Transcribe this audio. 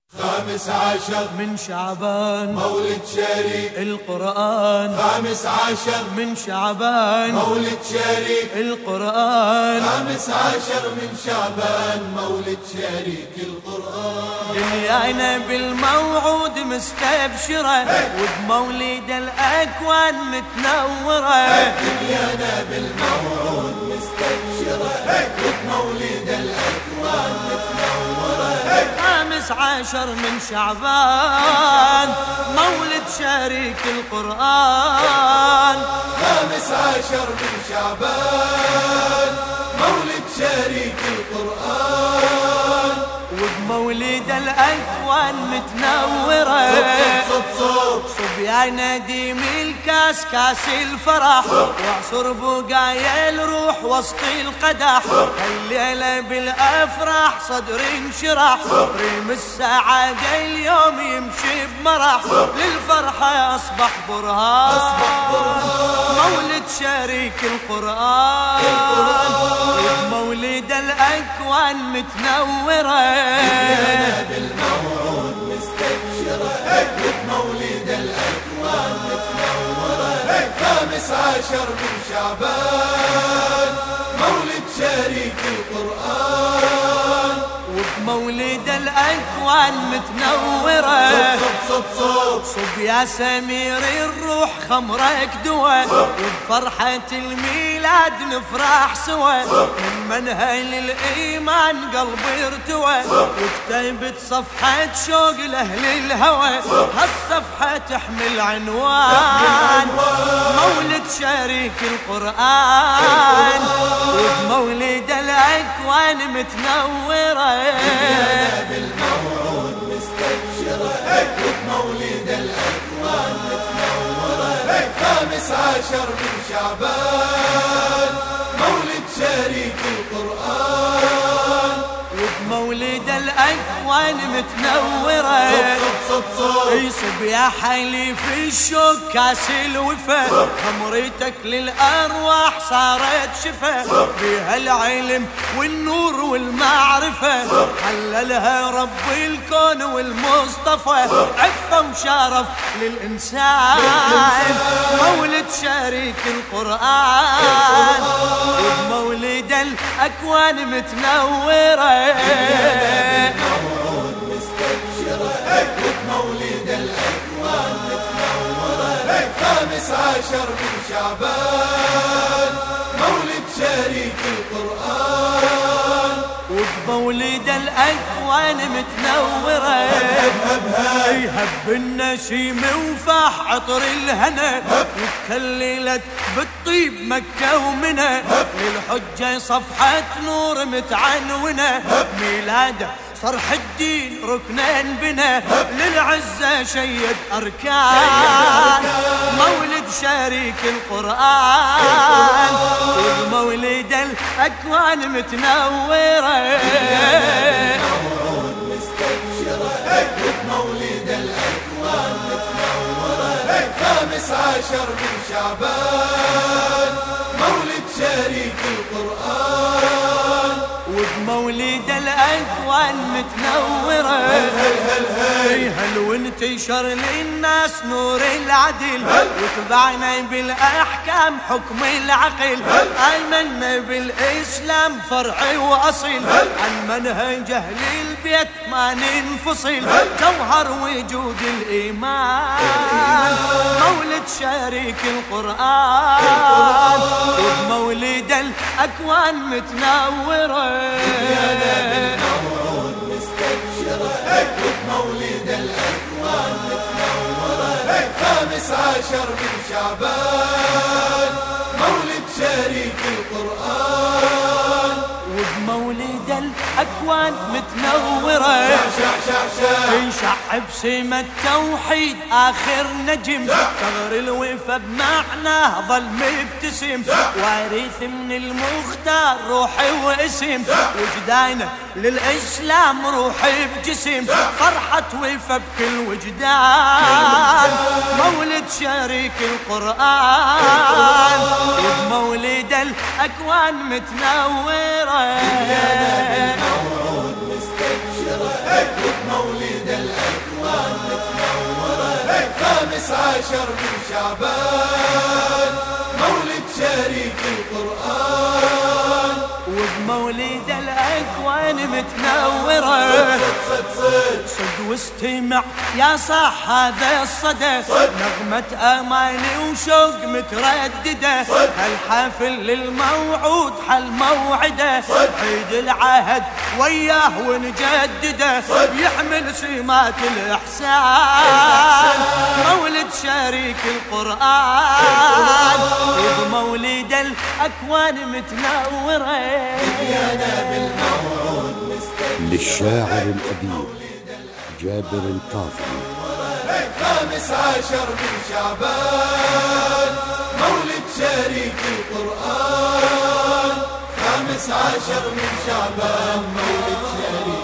15 من شعبان مولد شريف القرآن. 15 من شعبان مولد شريف القرآن. 15 من شعبان مولد شريك القرآن. دنيانا بالموعود مستبشرة وبمولد الأكوان متنورة. دنيانا بالموعود مستبشرة وبمولد الأكوان متنورة. 15 من شعبان مولد شريك القرآن. 15 من شعبان مولد شريك القرآن. وبمولد الأكوان متنورة. صب صب صب يا نديم الكاس كاس الفرح واعصر بقايا الروح وسط القدح. الليلة بالأفراح صدر انشرح ريم السعادة اليوم يمشي بمرح. للفرحة أصبح برهان مولد شريك القرآن. مولد الأكوان متنورة. بالموعود مستبشرة وبمولد الأكوان متنورة. 15 من شعبان مولد شريك القرآن. وبمولد الأكوان متنورة. صب صب صب صب يا سمير الروح خمرك دوا. وبفرحة الميلاد نفرح سوا. من منهل الإيمان قلبي ارتوى. وكتبت صفحة شوق لأهل الهوى. هالصفحة تحمل عنوان مولد شريك القرآن. وبمولد الأكوان متنورة. بالموعود مستبشرة وبمولد الأكوان متنورة. 15 من شعبان مولد شريك القرآن. وبمولد الأكوان متنورة. صب صب يصب يا حليف الشوق كاس الوفا. خمرتك للأرواح صارت شفا. بها العلم والنور والمعرفة. حللها رب الكون والمصطفى. عفة وشرف للإنسان مولد شريك القرآن. وبمولد الأكوان متنورة. وبمولد الأكوان متنورة. 15 من شعبان مولد شريك القرآن. وبمولد الأكوان متنورة. هب النسيم وفاح عطر الهنا. وتكللت بالطيب مكة ومنى. للحجة صفحة نور متعنونة. ميلاده صرح الدين ركنين بنا. للعزة شيد أركان مولد شريك القرآن. وبمولد الأكوان متنورة. وبمولد الأكوان متنورة. 15 من شعبان مولد شريك القرآن. وبمولد الأكوان متنورة. هل وانتشر للناس نور العدل. وتبعنا بالأحكام حكم العقل. آمنا بالإسلام فرع وأصل. عن منهج أهل البيت ما ننفصل. جوهر وجود الإيمان مولد شريك القرآن. وبمولد الأكوان متنورة. بالموعود مستبشرة وبمولد الأكوان متنورة. 15 من شعبان مولد شريك القرآن. وبمولد الأكوان متنورة. يشع بسمة التوحيد آخر نجم. ثغر الوفا بمعناه ظل مبتسم. وارث من المختار روحي واسم. وجدانه للإسلام روحي بجسم. فرحة وفا بكل وجدان مولد شريك القرآن. وبمولد الأكوان متنورة. بالموعود مستبشرة وبمولد شعبان مولد شريك القرآن وبمولد الأكوان متنورة صد واستمع يا صاح هذا الصدى نغمة أماني وشوق مترددة الحفل للموعود حل موعده عيد العهد وياه ونجدده يحمل سمات الإحسان مولد شريك القرآن وبمولد الأكوان متنورة للشاعر الأديب جابر الكاظمي 15 من شعبان مولد شريك القرآن 15 من شعبان مولد شريك